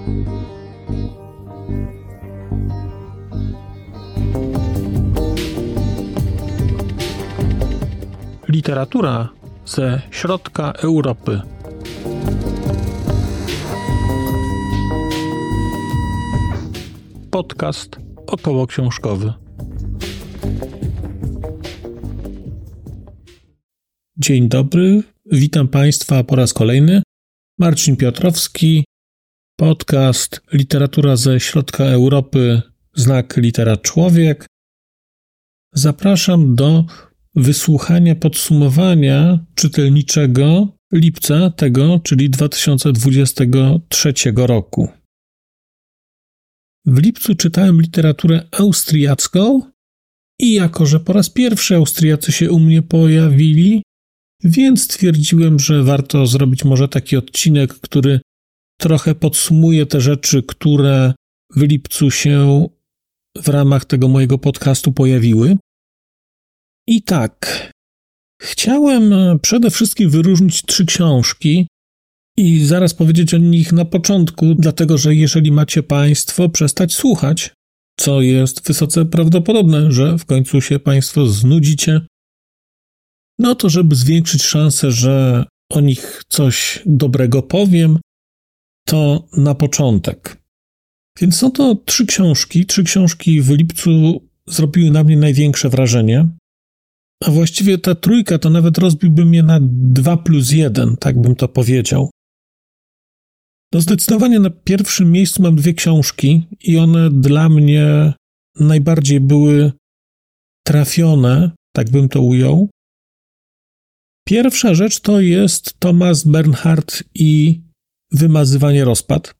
Literatura ze środka Europy. Podcast okołoksiążkowy. Dzień dobry, witam Państwa po raz kolejny. Marcin Piotrowski, podcast Literatura ze środka Europy, znak litera człowiek. Zapraszam do wysłuchania podsumowania czytelniczego lipca tego, czyli 2023 roku. W lipcu czytałem literaturę austriacką i jako, że po raz pierwszy Austriacy się u mnie pojawili, więc stwierdziłem, że warto zrobić może taki odcinek, który trochę podsumuje te rzeczy, które w lipcu się w ramach tego mojego podcastu pojawiły. I tak, chciałem przede wszystkim wyróżnić 3 książki i zaraz powiedzieć o nich na początku, dlatego że jeżeli macie Państwo przestać słuchać, co jest wysoce prawdopodobne, że w końcu się Państwo znudzicie, no to żeby zwiększyć szansę, że o nich coś dobrego powiem, to na początek. Więc są to 3 książki. 3 książki w lipcu zrobiły na mnie największe wrażenie. A właściwie ta trójka to nawet rozbiłbym je na 2+1, tak bym to powiedział. No zdecydowanie na pierwszym miejscu mam 2 książki i one dla mnie najbardziej były trafione, tak bym to ujął. Pierwsza rzecz to jest Thomas Bernhard i Wymazywanie rozpad.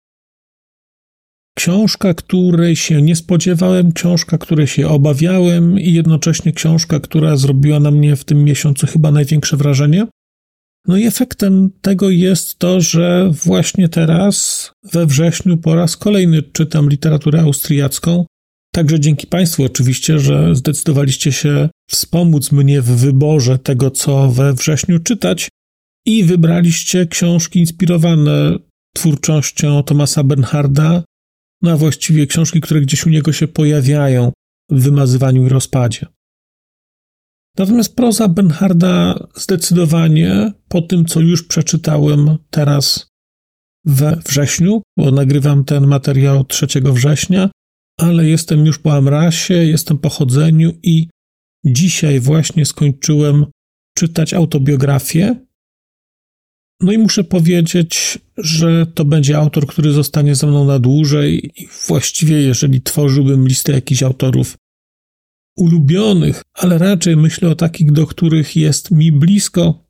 Książka, której się nie spodziewałem, książka, której się obawiałem i jednocześnie książka, która zrobiła na mnie w tym miesiącu chyba największe wrażenie. No i efektem tego jest to, że właśnie teraz, we wrześniu, po raz kolejny czytam literaturę austriacką. Także dzięki Państwu oczywiście, że zdecydowaliście się wspomóc mnie w wyborze tego, co we wrześniu czytać i wybraliście książki inspirowane twórczością Thomasa Bernharda, no a właściwie książki, które gdzieś u niego się pojawiają w Wymazywaniu i rozpadzie. Natomiast proza Bernharda zdecydowanie po tym, co już przeczytałem teraz we wrześniu, bo nagrywam ten materiał 3 września, ale jestem już po Amrasie, jestem po chodzeniu i dzisiaj właśnie skończyłem czytać autobiografię. No i muszę powiedzieć, że to będzie autor, który zostanie ze mną na dłużej i właściwie jeżeli tworzyłbym listę jakichś autorów ulubionych, ale raczej myślę o takich, do których jest mi blisko,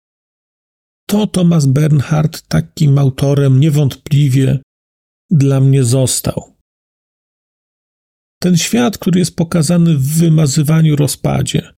to Thomas Bernhard takim autorem niewątpliwie dla mnie został. Ten świat, który jest pokazany w Wymazywaniu rozpadzie,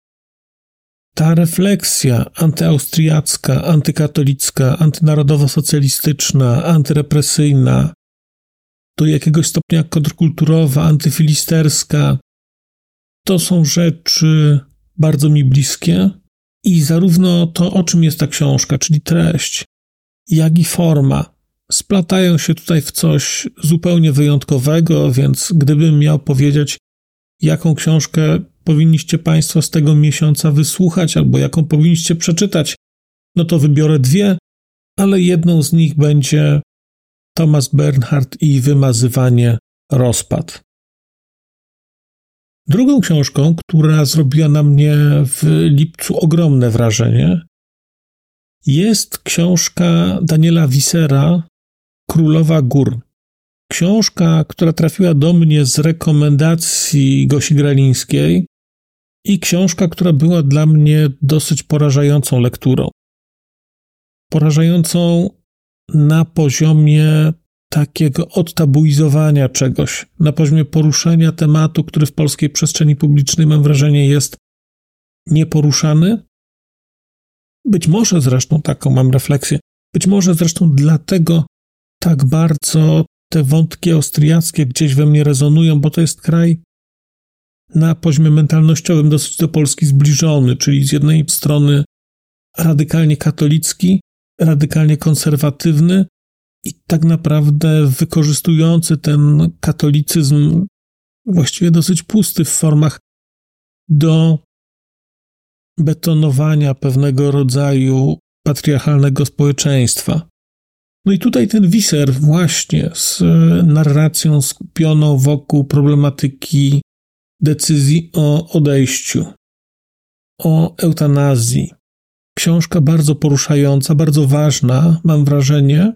ta refleksja antyaustriacka, antykatolicka, antynarodowo-socjalistyczna, antyrepresyjna, do jakiegoś stopnia kontrkulturowa, antyfilisterska, to są rzeczy bardzo mi bliskie i zarówno to, o czym jest ta książka, czyli treść, jak i forma, splatają się tutaj w coś zupełnie wyjątkowego, więc gdybym miał powiedzieć, jaką książkę powinniście Państwo z tego miesiąca wysłuchać albo jaką powinniście przeczytać, no to wybiorę 2, ale jedną z nich będzie Thomas Bernhard i Wymazywanie rozpad. Drugą książką, która zrobiła na mnie w lipcu ogromne wrażenie, jest książka Daniela Wissera Królowa Gór. Książka, która trafiła do mnie z rekomendacji Gosi Gralińskiej i książka, która była dla mnie dosyć porażającą lekturą. Porażającą na poziomie takiego odtabuizowania czegoś, na poziomie poruszenia tematu, który w polskiej przestrzeni publicznej, mam wrażenie, jest nieporuszany. Być może zresztą taką mam refleksję, być może zresztą dlatego tak bardzo te wątki austriackie gdzieś we mnie rezonują, bo to jest kraj na poziomie mentalnościowym dosyć do Polski zbliżony, czyli z jednej strony radykalnie katolicki, radykalnie konserwatywny, i tak naprawdę wykorzystujący ten katolicyzm, właściwie dosyć pusty w formach, do betonowania pewnego rodzaju patriarchalnego społeczeństwa. No i tutaj ten Wieser właśnie z narracją skupioną wokół problematyki decyzji o odejściu, o eutanazji. Książka bardzo poruszająca, bardzo ważna, mam wrażenie,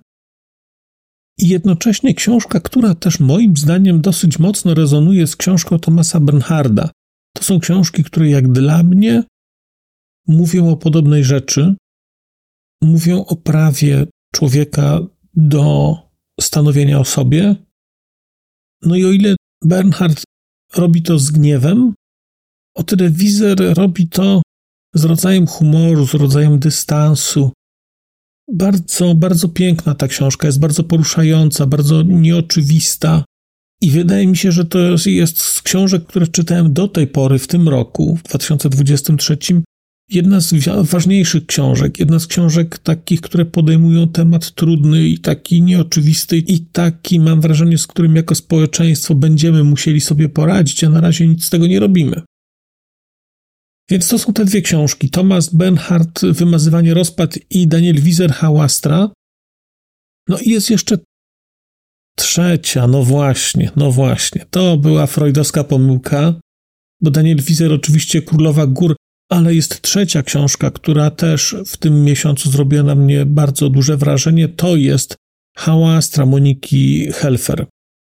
i jednocześnie książka, która też moim zdaniem dosyć mocno rezonuje z książką Thomasa Bernharda. To są książki, które jak dla mnie mówią o podobnej rzeczy, mówią o prawie człowieka do stanowienia o sobie. No i o ile Bernhard robi to z gniewem, o tyle Wieser robi to z rodzajem humoru, z rodzajem dystansu. Bardzo, bardzo piękna ta książka, jest bardzo poruszająca, bardzo nieoczywista i wydaje mi się, że to jest z książek, które czytałem do tej pory w tym roku, w 2023, jedna z ważniejszych książek, jedna z książek takich, które podejmują temat trudny i taki nieoczywisty i taki, mam wrażenie, z którym jako społeczeństwo będziemy musieli sobie poradzić, a na razie nic z tego nie robimy. Więc to są te dwie książki. Thomas Bernhard, Wymazywanie, rozpad i Daniel Wieser, Hałastra. No i jest jeszcze trzecia, no właśnie. To była freudowska pomyłka, bo Daniel Wieser oczywiście Królowa Gór, ale jest trzecia książka, która też w tym miesiącu zrobiła na mnie bardzo duże wrażenie. To jest Hałastra Moniki Helfer.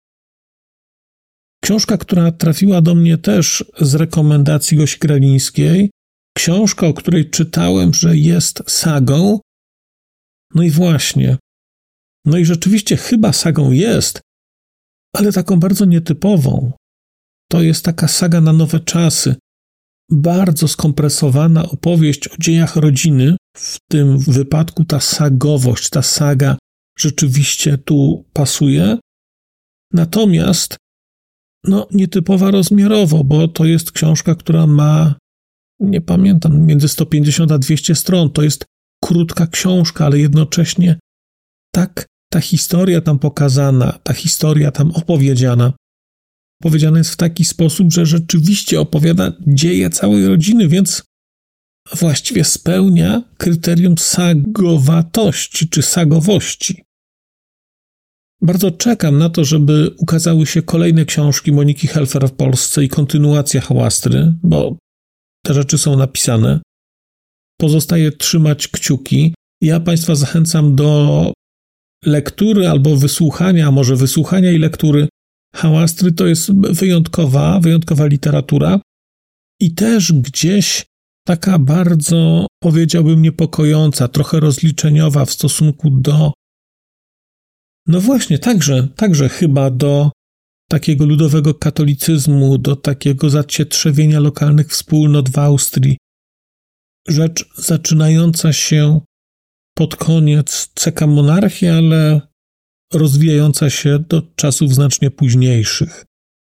Książka, która trafiła do mnie też z rekomendacji Gosi Gralińskiej. Książka, o której czytałem, że jest sagą. No i właśnie. No i rzeczywiście chyba sagą jest, ale taką bardzo nietypową. To jest taka saga na nowe czasy. Bardzo skompresowana opowieść o dziejach rodziny. W tym wypadku ta sagowość, ta saga rzeczywiście tu pasuje. Natomiast nietypowa rozmiarowo, bo to jest książka, która ma, nie pamiętam, między 150 a 200 stron. To jest krótka książka, ale jednocześnie tak ta historia tam pokazana, ta historia tam opowiedziana jest w taki sposób, że rzeczywiście opowiada dzieje całej rodziny, więc właściwie spełnia kryterium sagowatości czy sagowości. Bardzo czekam na to, żeby ukazały się kolejne książki Moniki Helfer w Polsce i kontynuacja Hałastry, bo te rzeczy są napisane. Pozostaje trzymać kciuki. Ja Państwa zachęcam do lektury albo wysłuchania, a może wysłuchania i lektury Hałastry. To jest wyjątkowa literatura i też gdzieś taka bardzo, powiedziałbym, niepokojąca, trochę rozliczeniowa w stosunku do także chyba do takiego ludowego katolicyzmu, do takiego zacietrzewienia lokalnych wspólnot w Austrii. Rzecz zaczynająca się pod koniec CK monarchii, ale rozwijająca się do czasów znacznie późniejszych.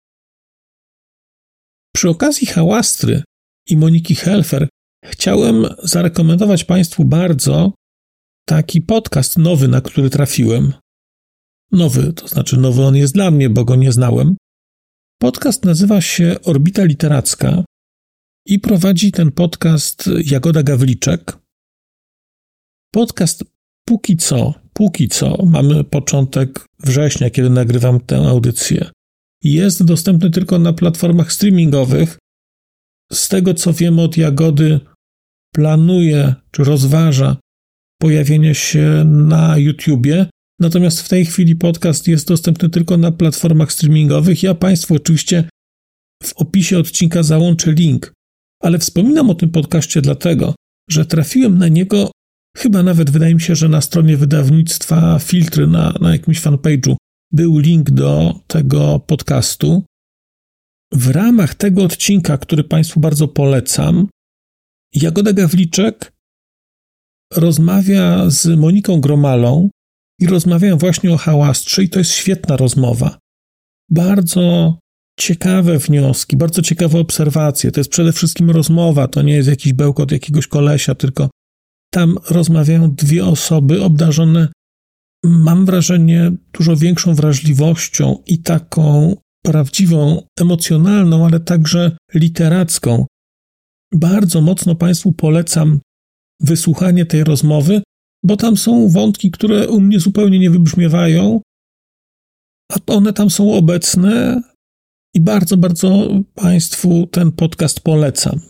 Przy okazji Hałastry i Moniki Helfer chciałem zarekomendować Państwu bardzo taki podcast nowy, na który trafiłem. Nowy, to znaczy nowy on jest dla mnie, bo go nie znałem. Podcast nazywa się Orbita Literacka i prowadzi ten podcast Jagoda Gawliczek. Podcast póki co, mamy początek września, kiedy nagrywam tę audycję. Jest dostępny tylko na platformach streamingowych. Z tego, co wiem od Jagody, planuje czy rozważa pojawienie się na YouTubie. Natomiast w tej chwili podcast jest dostępny tylko na platformach streamingowych. Ja Państwu oczywiście w opisie odcinka załączę link, ale wspominam o tym podcaście dlatego, że trafiłem na niego chyba nawet, wydaje mi się, że na stronie wydawnictwa Filtry na jakimś fanpage'u był link do tego podcastu. W ramach tego odcinka, który Państwu bardzo polecam, Jagoda Gawliczek rozmawia z Moniką Gromalą i rozmawiają właśnie o Hałastrze i to jest świetna rozmowa. Bardzo ciekawe wnioski, bardzo ciekawe obserwacje. To jest przede wszystkim rozmowa, to nie jest jakiś bełkot jakiegoś kolesia, tylko tam rozmawiają dwie osoby obdarzone mam wrażenie, dużo większą wrażliwością i taką prawdziwą, emocjonalną, ale także literacką. Bardzo mocno Państwu polecam wysłuchanie tej rozmowy, bo tam są wątki, które u mnie zupełnie nie wybrzmiewają, a one tam są obecne i bardzo, bardzo Państwu ten podcast polecam.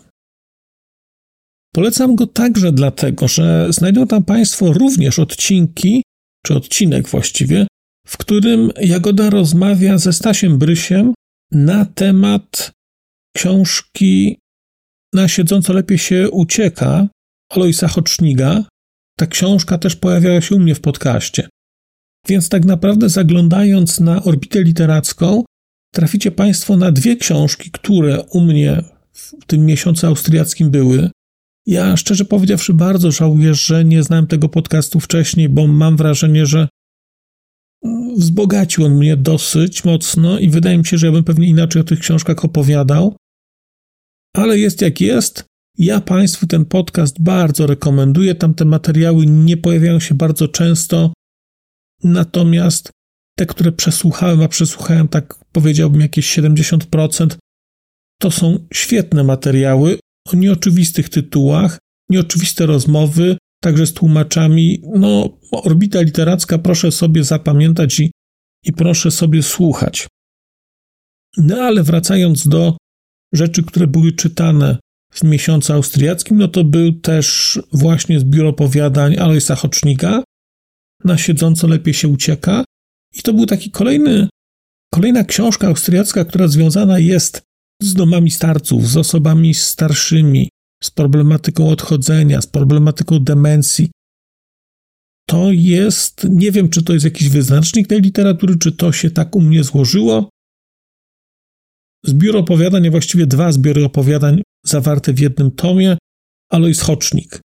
Polecam go także dlatego, że znajdą tam Państwo również odcinki, czy odcinek właściwie, w którym Jagoda rozmawia ze Stasiem Brysiem na temat książki Na siedząco lepiej się ucieka Alojza Hoczniga. Ta książka też pojawiała się u mnie w podcaście. Więc tak naprawdę zaglądając na orbitę literacką, traficie Państwo na 2 książki, które u mnie w tym miesiącu austriackim były. Ja szczerze powiedziawszy bardzo żałuję, że nie znałem tego podcastu wcześniej, bo mam wrażenie, że wzbogacił on mnie dosyć mocno i wydaje mi się, że ja bym pewnie inaczej o tych książkach opowiadał. Ale jest jak jest. Ja Państwu ten podcast bardzo rekomenduję. Tam te materiały nie pojawiają się bardzo często. Natomiast te, które przesłuchałem, a przesłuchałem tak powiedziałbym jakieś 70%, to są świetne materiały o nieoczywistych tytułach, nieoczywiste rozmowy, także z tłumaczami. Orbita literacka proszę sobie zapamiętać i proszę sobie słuchać. Ale wracając do rzeczy, które były czytane w miesiącu austriackim, to był też właśnie zbiór opowiadań Alojza Hoczniga, Na siedząco lepiej się ucieka. I to był taki kolejna książka austriacka, która związana jest z domami starców, z osobami starszymi, z problematyką odchodzenia, z problematyką demencji. To jest, nie wiem, czy to jest jakiś wyznacznik tej literatury, czy to się tak u mnie złożyło. Zbiór opowiadań, a właściwie 2 zbiory opowiadań zawarte w jednym tomie, Alojz Hocznik.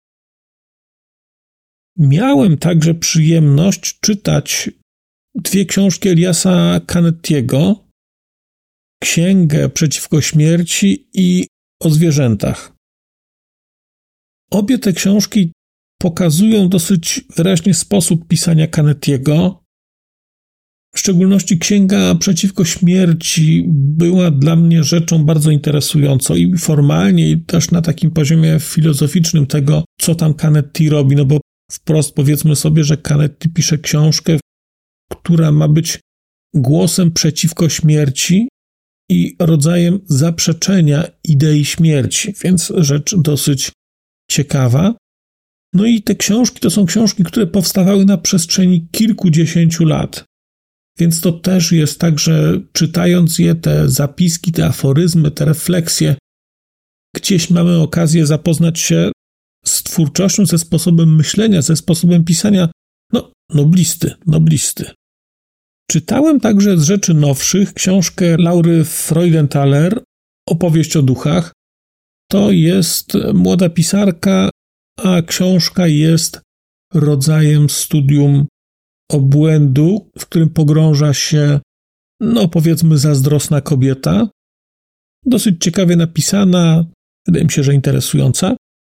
Miałem także przyjemność czytać 2 książki Eliasa Canettiego, Księgę przeciwko śmierci i O zwierzętach. Obie te książki pokazują dosyć wyraźnie sposób pisania Canettiego. W szczególności Księga przeciwko śmierci była dla mnie rzeczą bardzo interesującą i formalnie, i też na takim poziomie filozoficznym tego, co tam Canetti robi, bo wprost powiedzmy sobie, że Canetti pisze książkę, która ma być głosem przeciwko śmierci i rodzajem zaprzeczenia idei śmierci, więc rzecz dosyć ciekawa. I te książki to są książki, które powstawały na przestrzeni kilkudziesięciu lat. Więc to też jest tak, że czytając je, te zapiski, te aforyzmy, te refleksje, gdzieś mamy okazję zapoznać się z twórczością, ze sposobem myślenia, ze sposobem pisania, noblisty. Czytałem także z rzeczy nowszych książkę Laury Freudenthaler, Opowieść o duchach. To jest młoda pisarka, a książka jest rodzajem studium obłędu, w którym pogrąża się, powiedzmy, zazdrosna kobieta. Dosyć ciekawie napisana, wydaje mi się, że interesująca.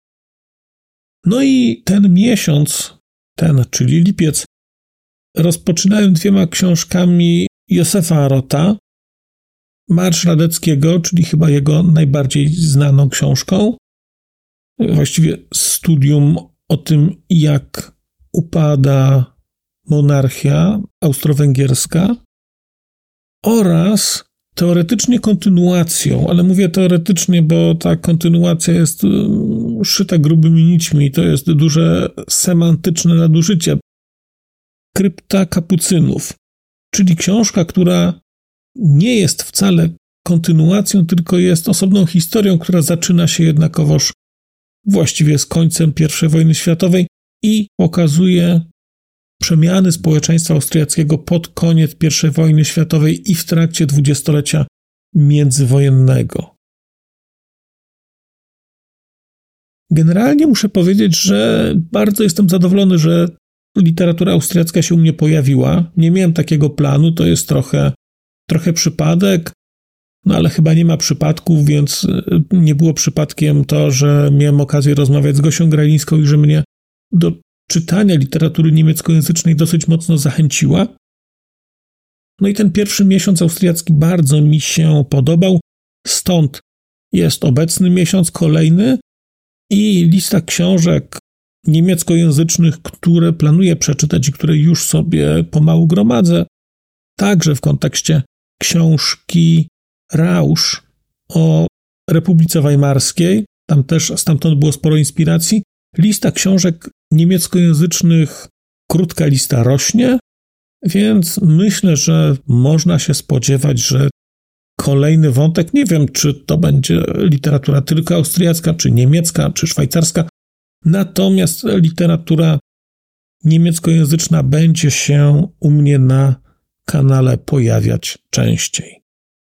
I ten miesiąc, czyli lipiec, rozpoczynałem 2 książkami Józefa Arota, Marsz Radeckiego, czyli chyba jego najbardziej znaną książką, właściwie studium o tym, jak upada monarchia austro-węgierska, oraz teoretycznie kontynuacją, ale mówię teoretycznie, bo ta kontynuacja jest szyta grubymi nićmi, to jest duże semantyczne nadużycie. Krypta Kapucynów, czyli książka, która nie jest wcale kontynuacją, tylko jest osobną historią, która zaczyna się jednakowoż właściwie z końcem I wojny światowej i pokazuje przemiany społeczeństwa austriackiego pod koniec I wojny światowej i w trakcie dwudziestolecia międzywojennego. Generalnie muszę powiedzieć, że bardzo jestem zadowolony, że literatura austriacka się u mnie pojawiła. Nie miałem takiego planu, to jest trochę przypadek, ale chyba nie ma przypadków, więc nie było przypadkiem to, że miałem okazję rozmawiać z Gosią Gralińską i że mnie do czytania literatury niemieckojęzycznej dosyć mocno zachęciła. No i ten pierwszy miesiąc austriacki bardzo mi się podobał, stąd jest obecny miesiąc, kolejny i lista książek niemieckojęzycznych, które planuję przeczytać i które już sobie pomału gromadzę, także w kontekście książki Rausch o Republice Weimarskiej. Tam też stamtąd było sporo inspiracji. Lista książek niemieckojęzycznych, krótka lista rośnie, więc myślę, że można się spodziewać, że kolejny wątek, nie wiem, czy to będzie literatura tylko austriacka, czy niemiecka, czy szwajcarska, natomiast literatura niemieckojęzyczna będzie się u mnie na kanale pojawiać częściej.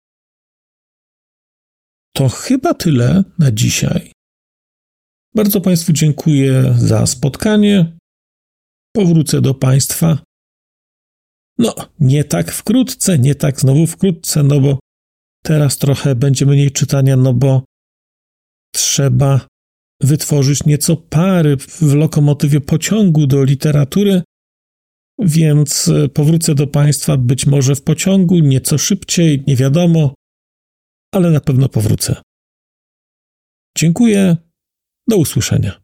To chyba tyle na dzisiaj. Bardzo Państwu dziękuję za spotkanie. Powrócę do Państwa. No, nie tak wkrótce, nie tak znowu wkrótce, no bo teraz trochę będzie mniej czytania, no bo trzeba wytworzyć nieco pary w lokomotywie pociągu do literatury, więc powrócę do Państwa być może w pociągu, nieco szybciej, nie wiadomo, ale na pewno powrócę. Dziękuję, do usłyszenia.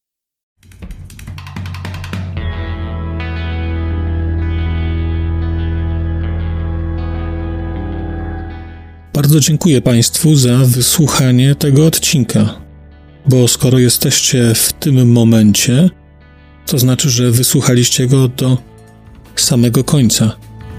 Bardzo dziękuję Państwu za wysłuchanie tego odcinka, bo skoro jesteście w tym momencie, to znaczy, że wysłuchaliście go do samego końca.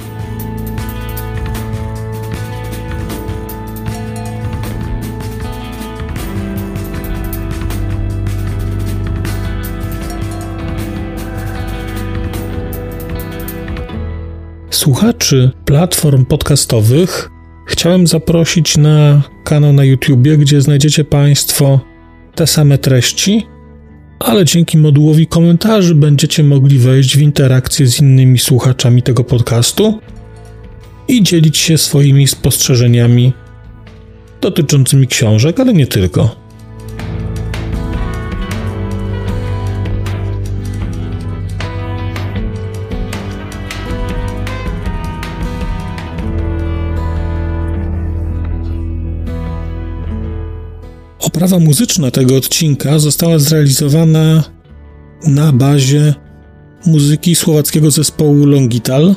Słuchaczy platform podcastowych chciałem zaprosić na kanał na YouTubie, gdzie znajdziecie Państwo te same treści, ale dzięki modułowi komentarzy będziecie mogli wejść w interakcję z innymi słuchaczami tego podcastu i dzielić się swoimi spostrzeżeniami dotyczącymi książek, ale nie tylko. Oprawa muzyczna tego odcinka została zrealizowana na bazie muzyki słowackiego zespołu Longital.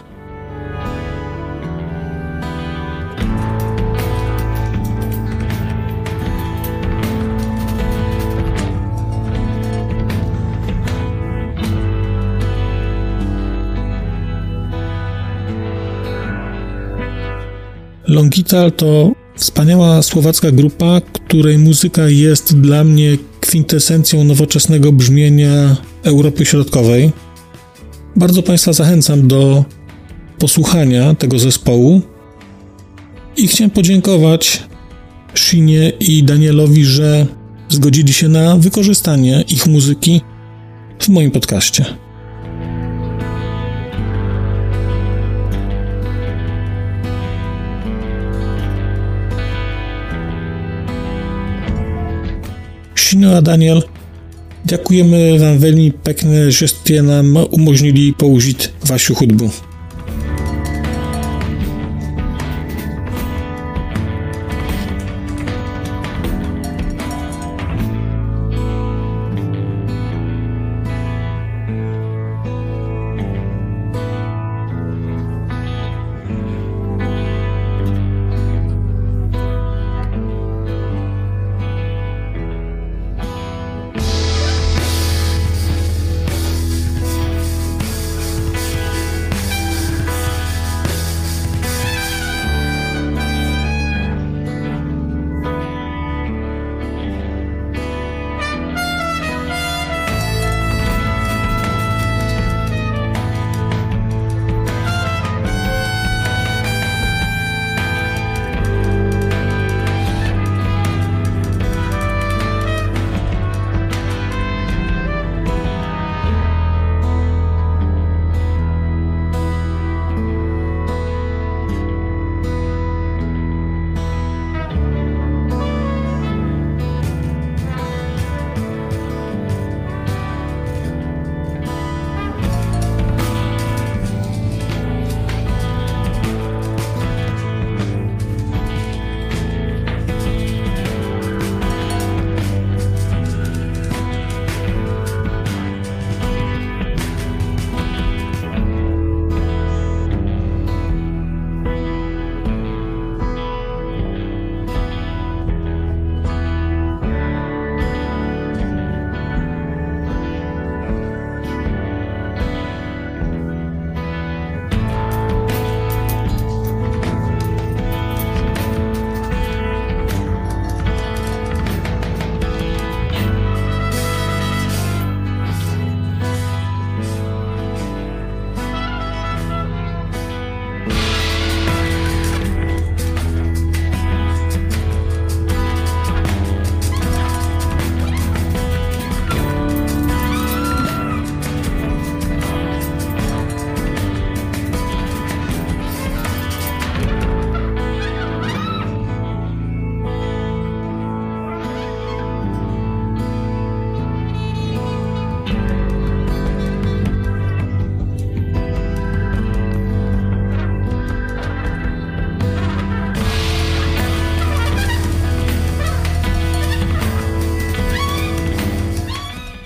Longital to wspaniała słowacka grupa, której muzyka jest dla mnie kwintesencją nowoczesnego brzmienia Europy Środkowej. Bardzo Państwa zachęcam do posłuchania tego zespołu i chciałem podziękować Shinie i Danielowi, że zgodzili się na wykorzystanie ich muzyki w moim podcaście. Shino a Daniel, ďakujeme vám veľmi pekne, že ste nám umožnili použiť vašu hudbu.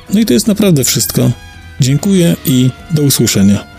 No i to jest naprawdę wszystko. Dziękuję i do usłyszenia.